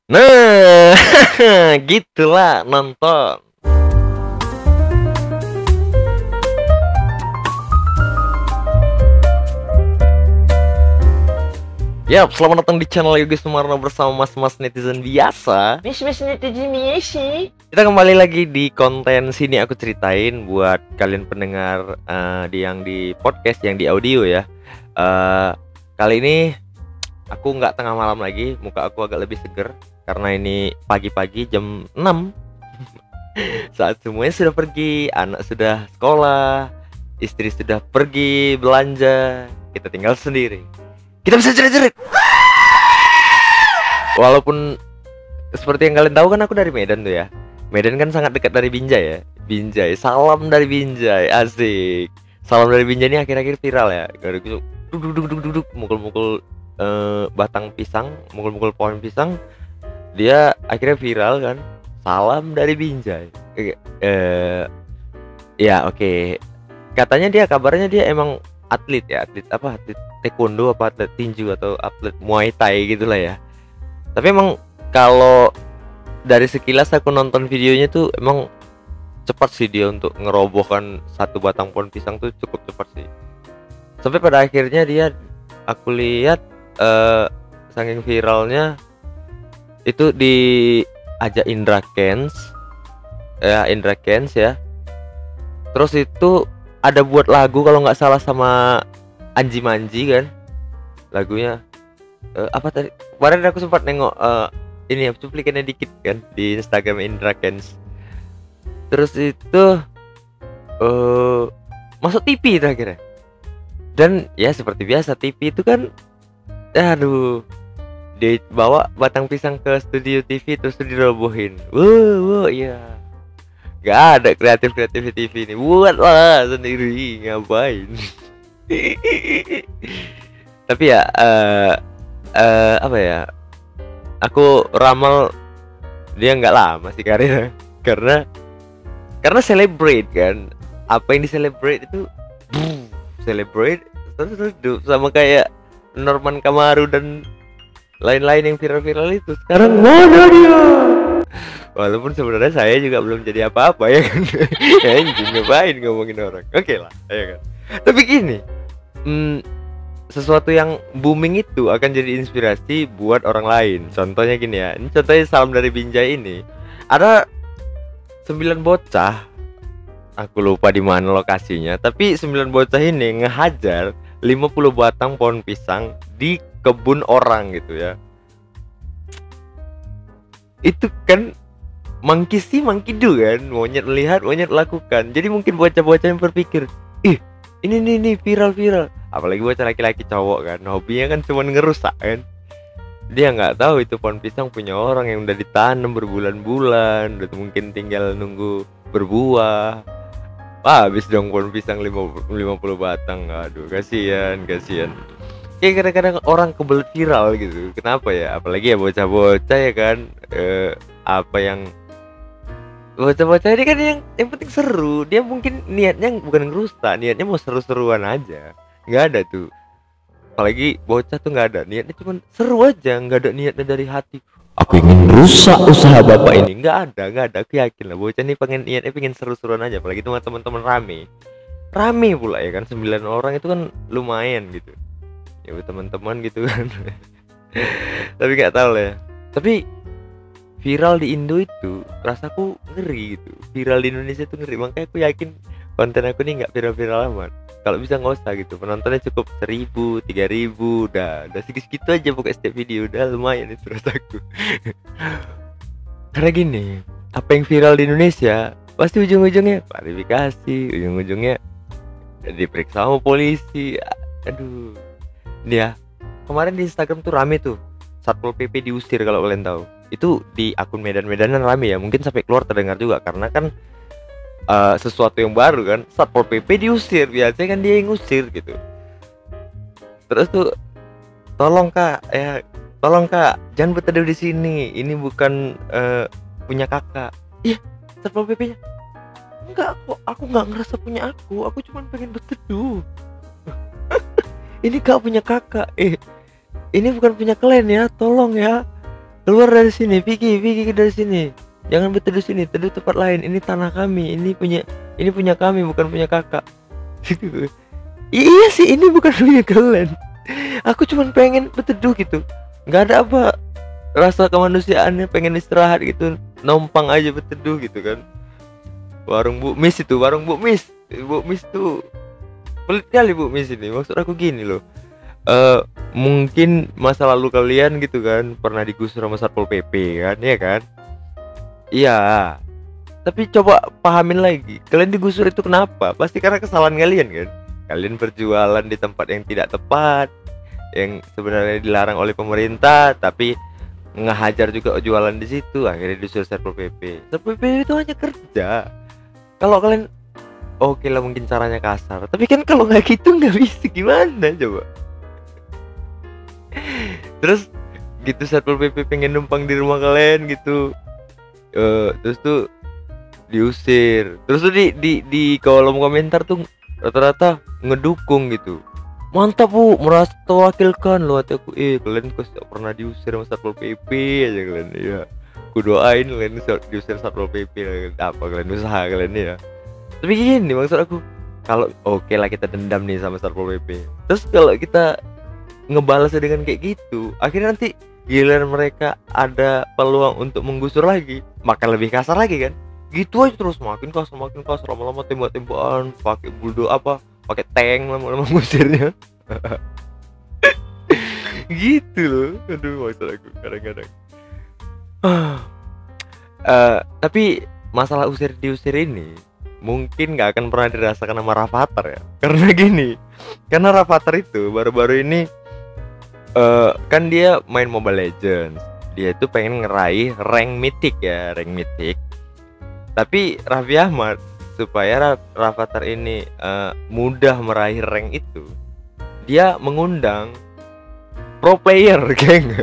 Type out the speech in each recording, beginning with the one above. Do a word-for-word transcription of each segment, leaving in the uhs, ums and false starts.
Nah, gitulah nonton. Yap, selamat datang di channel Yogi Sumarno bersama mas-mas netizen biasa. Mas-mas netizen biasa. Kita kembali lagi di konten sini aku ceritain buat kalian pendengar uh, di yang di podcast, yang di audio ya. Uh, kali ini aku nggak tengah malam lagi, muka aku agak lebih seger karena ini pagi-pagi jam enam. Saat semuanya sudah pergi, anak sudah sekolah, istri sudah pergi belanja, kita tinggal sendiri. Kita bisa jerit-jerit. Walaupun seperti yang kalian tahu kan aku dari Medan tuh ya. Medan kan sangat dekat dari Binjai ya. Binjai, salam dari Binjai, asik. Salam dari Binjai ini akhir-akhir viral ya. Duduk duduk duduk duduk mukul-mukul uh, batang pisang, mukul-mukul pohon pisang. Dia akhirnya viral kan. Salam dari Binjai. Eh, uh, ya oke. Okay. Katanya dia kabarnya dia emang atlet ya, atlet apa? Atlet taekwondo apa atlet tinju atau atlet muay thai gitulah ya. Tapi emang kalau dari sekilas aku nonton videonya tuh emang cepat sih dia untuk ngerobohkan satu batang pohon pisang tuh cukup cepat sih. Sampai pada akhirnya dia aku lihat uh, saking viralnya itu diajak Indra Kents ya, Indra Kents ya. Terus itu ada buat lagu kalau nggak salah sama Anji Manji kan lagunya uh, apa tadi kemarin aku sempat nengok uh, ini ya cuplikannya dikit kan di Instagram Indra Kents. Terus itu uh, masuk T V terakhir dan ya seperti biasa T V itu kan aduh dia bawa batang pisang ke studio T V terus dirobohin. Wow, wow iya nggak ada kreatif kreatif T V ini, buatlah sendiri ngapain. Tapi ya uh, uh, apa ya, aku ramal dia nggak lama sih karirnya karena karena celebrate kan, apa yang di celebrate itu boom, celebrate terus terus sama kayak Norman Kamaru dan lain-lain yang viral-viral itu sekarang mana dia. Walaupun sebenarnya saya juga belum jadi apa-apa ya kan. Anjing ngapain ngomongin orang. Oke okay lah ya kan. Tapi gini, hmm, sesuatu yang booming itu akan jadi inspirasi buat orang lain. Contohnya gini ya, ini contohnya salam dari Binjai ini. Ada sembilan bocah, aku lupa di mana lokasinya, tapi sembilan bocah ini ngehajar lima puluh batang pohon pisang di kebun orang gitu ya. Itu kan monkey see monkey do kan, monyet lihat monyet lakukan. Jadi mungkin bocah-bocah yang berpikir, ih ini nih nih viral-viral, apalagi bocah laki-laki cowok kan, hobinya kan cuma ngerusak kan. Dia nggak tahu itu pohon pisang punya orang yang udah ditanam berbulan-bulan, udah mungkin tinggal nunggu berbuah. Wah, habis dong pohon pisang lima puluh batang. Aduh, kasihan, kasihan. Kayak kadang-kadang orang kebelet viral gitu. Kenapa ya? Apalagi ya bocah-bocah ya kan, eh, apa yang bocah-bocah ini kan yang yang penting seru. Dia mungkin niatnya bukan ngerusak, niatnya mau seru-seruan aja. Nggak ada tuh. Apalagi bocah tuh nggak ada niatnya, cuma seru aja, nggak ada niatnya dari hati. Aku ingin rusak usaha bapak ini. Nggak ada, nggak ada. Aku yakin lah bocah ini pengen niatnya pengen seru-seruan aja. Apalagi tuh teman-teman rame, rame pula ya kan, sembilan orang itu kan lumayan gitu. Ya teman-teman gitu kan. Tapi nggak tahu lah ya. Tapi viral di Indo itu rasaku ngeri gitu. Viral di Indonesia tuh ngeri. Makanya aku yakin konten aku nih nggak viral-viral amat. Kalau bisa nggak usah gitu. Penontonnya cukup seribu, tiga ribu, udah, udah segitu aja pokoknya setiap video udah lumayan itu rasaku. Karena gini, apa yang viral di Indonesia pasti ujung-ujungnya verifikasi, ujung-ujungnya diperiksa sama polisi. Aduh, dia kemarin di Instagram tuh rame tuh. Satpol P P diusir kalau kalian tahu. Itu di akun Medan-Medanan rame ya, mungkin sampai keluar terdengar juga karena kan uh, sesuatu yang baru kan, Satpol P P diusir, biasanya kan dia yang ngusir gitu. Terus tuh tolong kak ya, tolong kak jangan berteduh di sini, ini bukan uh, punya kakak. Iya, Satpol P P-nya enggak kok, aku nggak ngerasa punya aku, aku cuma pengen berteduh. Ini kak punya kakak, eh ini bukan punya kalian ya, tolong ya. keluar dari sini, Vicky, Vicky dari sini. Jangan berteduh sini, teduh tempat lain. Ini tanah kami, ini punya ini punya kami, bukan punya kakak. Gitu. Iya sih, ini bukan punya kalian. Aku cuma pengen berteduh gitu. Nggak ada apa rasa kemanusiaannya, pengen istirahat gitu, numpang aja berteduh gitu kan. Warung Bu Miss itu, warung Bu Miss. Bu Miss tuh pelit kali Bu Miss ini. Maksud aku gini loh. Eh mungkin masa lalu kalian gitu kan pernah digusur sama Satpol P P kan, ya kan? Iya. Tapi coba pahamin lagi, kalian digusur itu kenapa? Pasti karena kesalahan kalian kan? Kalian berjualan di tempat yang tidak tepat, yang sebenarnya dilarang oleh pemerintah, tapi ngehajar juga jualan di situ, akhirnya disuruh Satpol P P. Satpol P P itu hanya kerja. Kalau kalian oke lah mungkin caranya kasar, tapi kan kalau nggak gitu nggak bisa, gimana coba? Terus gitu Satpol P P pengen numpang di rumah kalian gitu, uh, terus tuh diusir. Terus tuh di di di kolom komentar tuh rata-rata ngedukung gitu. Mantap Bu, merasa terwakilkan loh hati aku. Eh kalian kok tak pernah diusir sama Satpol P P aja kalian ya. Aku doain kalian diusir Satpol P P, apa kalian usaha kalian ya. Tapi gini maksud aku, kalau oke okay lah kita dendam nih sama Satpol P P. Terus kalau kita ngebalasnya dengan kayak gitu, akhirnya nanti giliran mereka ada peluang untuk menggusur lagi, maka lebih kasar lagi kan. Gitu aja terus, makin kasar makin kasar, lama-lama tembak-tembakan pakai buldo apa pakai tank, lama-lama ngusirnya. Gitu loh. Aduh maksud aku kadang-kadang uh, tapi masalah usir diusir ini mungkin nggak akan pernah dirasakan sama Rafathar ya. Karena gini, karena Rafathar itu baru-baru ini uh, kan dia main Mobile Legends, dia itu pengen ngeraih rank mythic ya, rank mythic. Tapi Raffi Ahmad supaya Rafathar ini uh, mudah meraih rank itu, dia mengundang pro player, geng.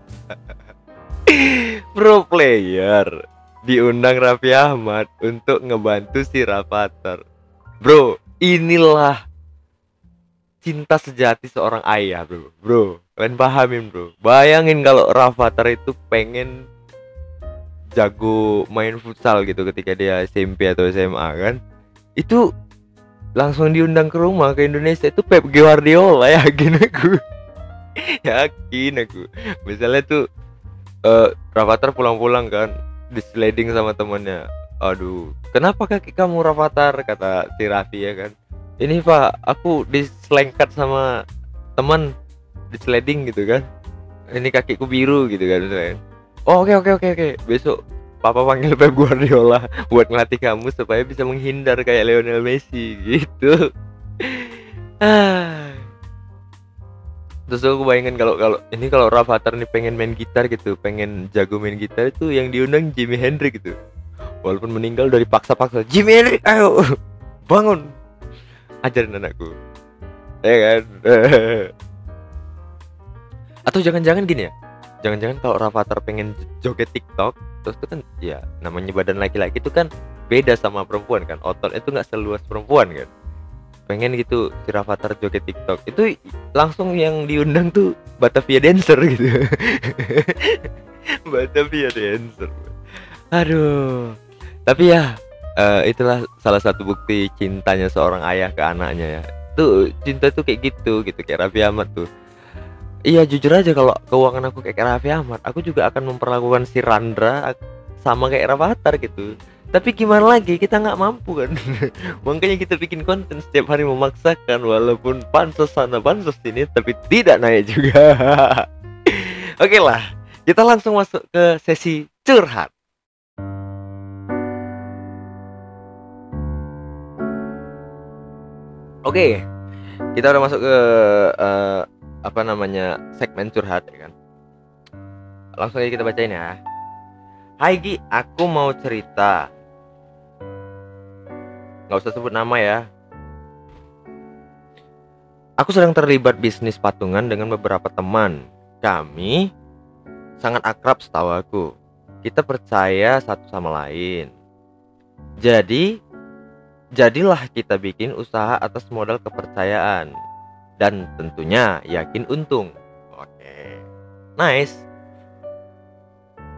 Pro player diundang Raffi Ahmad untuk ngebantu si Rafathar. Bro, inilah cinta sejati seorang ayah, bro. Bro, kalian pahamin, bro. Bayangin kalau Rafathar itu pengen jago main futsal gitu ketika dia S M P atau S M A kan, itu langsung diundang ke rumah ke Indonesia. Itu Pep Guardiola, yakin aku. Yakin aku. Misalnya tuh uh, Rafathar pulang-pulang kan di sliding sama temannya. Aduh, kenapa kaki kamu Rafathar, kata si Raffi ya kan. Ini Pak, aku diselengkat sama teman di sliding gitu kan. Ini kakiku biru gitu kan. Oh oke oke oke oke. Besok Papa panggil Pep Guardiola buat ngelatih kamu supaya bisa menghindar kayak Lionel Messi gitu. Ah. Terus aku bayangin kalau kalau ini kalau Rafathar nih pengen main gitar gitu, pengen jago main gitar, itu yang diundang Jimi Hendrix gitu. Walaupun meninggal dari paksa-paksa, Jimi Hendrix ayo bangun, ajarin anakku, ya kan. Atau jangan-jangan gini ya, jangan-jangan kalau Rafathar pengen joget TikTok, terus itu kan ya namanya badan laki-laki itu kan beda sama perempuan kan, otot itu nggak seluas perempuan kan. Pengen gitu si Rafathar joget TikTok, itu langsung yang diundang tuh Batavia Dancer gitu. Batavia Dancer. Aduh. Tapi ya uh, itulah salah satu bukti cintanya seorang ayah ke anaknya ya. Tuh cinta tuh kayak gitu gitu kayak Raffi Ahmad tuh. Iya jujur aja kalau keuangan aku kayak Raffi Ahmad, aku juga akan memperlakukan si Randra sama kayak Rafathar gitu. Tapi gimana lagi, kita nggak mampu kan. Makanya kita bikin konten setiap hari memaksakan, walaupun pansos sana pansos sini tapi tidak naik juga. Oke lah, kita langsung masuk ke sesi curhat. Oke, kita udah masuk ke uh, apa namanya segmen curhat ya kan. Langsung aja kita bacain ya. Hai Gi, aku mau cerita. Gak usah sebut nama ya. Aku sedang terlibat bisnis patungan dengan beberapa teman. Kami sangat akrab setahu aku. Kita percaya satu sama lain. Jadi, jadilah kita bikin usaha atas modal kepercayaan. Dan tentunya yakin untung. Oke, nice.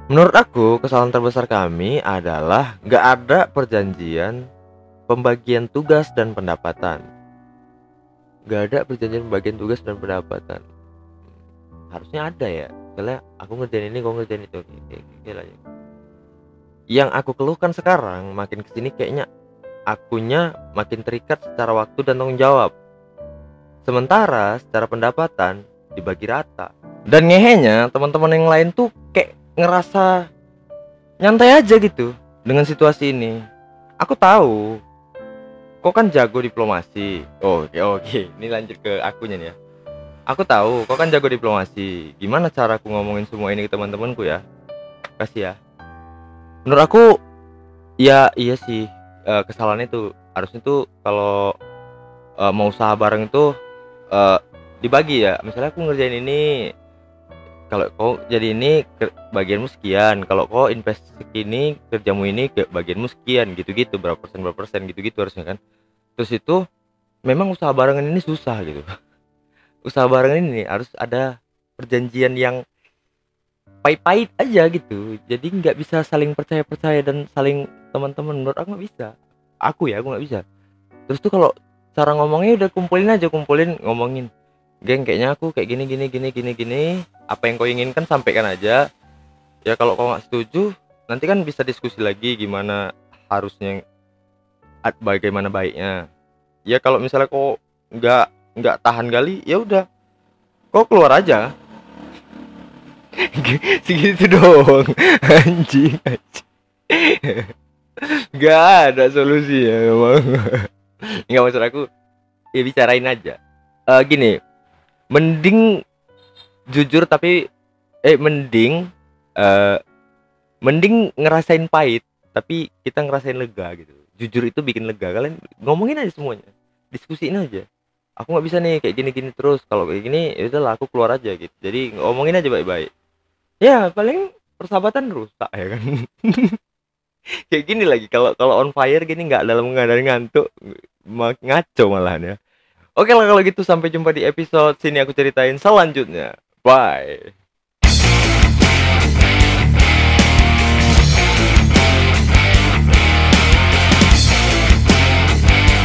Menurut aku kesalahan terbesar kami adalah nggak ada perjanjian pembagian tugas dan pendapatan. Nggak ada perjanjian pembagian tugas dan pendapatan. Harusnya ada ya. Misalnya aku ngerjain ini, kau ngerjain itu. Kayak gitu lah ya. Yang aku keluhkan sekarang makin kesini kayaknya akunya makin terikat secara waktu dan tanggung jawab. Sementara secara pendapatan dibagi rata. Dan ngehenya teman-teman yang lain tuh kayak ngerasa nyantai aja gitu dengan situasi ini. Aku tahu kok kan jago diplomasi. Oh, oke oke. Ini lanjut ke akunya nih ya. Aku tahu kok kan jago diplomasi. Gimana cara aku ngomongin semua ini ke teman-temanku ya? Kasih ya. Menurut aku ya iya sih, eh, kesalahan itu harusnya tuh kalau eh, mau usaha bareng itu eh, dibagi ya. Misalnya aku ngerjain ini, kalau kau jadi ini ke- bagianmu sekian, kalau kau invest segini kerjamu ini ke bagianmu sekian, gitu-gitu, berapa persen berapa persen gitu-gitu harusnya kan. Terus itu memang usaha barengan ini susah gitu. Usaha barengan ini harus ada perjanjian yang pahit-pahit aja gitu, jadi nggak bisa saling percaya-percaya dan saling teman-teman. Menurut aku nggak bisa, aku ya aku nggak bisa. Terus tuh kalau cara ngomongnya udah kumpulin aja, kumpulin ngomongin, geng kayaknya aku kayak gini gini gini gini gini, apa yang kau inginkan sampaikan aja ya. Kalau kau nggak setuju nanti kan bisa diskusi lagi gimana harusnya, ad- bagaimana baiknya ya. Kalau misalnya kau nggak nggak tahan kali ya udah kau keluar aja. Segitu doang. Anjing, anjing. Nggak ada solusi ya emang. Nggak, maksud aku ya bicarain aja. Eh gini, mending jujur tapi eh mending eh mending ngerasain pahit tapi kita ngerasain lega gitu. Jujur itu bikin lega. Kalian ngomongin aja semuanya, diskusiin aja. Aku nggak bisa nih kayak gini-gini terus. Kalau kayak gini ya udahlah aku keluar aja gitu. Jadi ngomongin aja baik-baik. Ya paling persahabatan rusak ya kan. Kayak gini lagi kalau kalau on fire gini, nggak dalam keadaan ngantuk, ma- ngaco malahan ya. Oke lah kalau gitu, sampai jumpa di episode sini aku ceritain selanjutnya. Bye.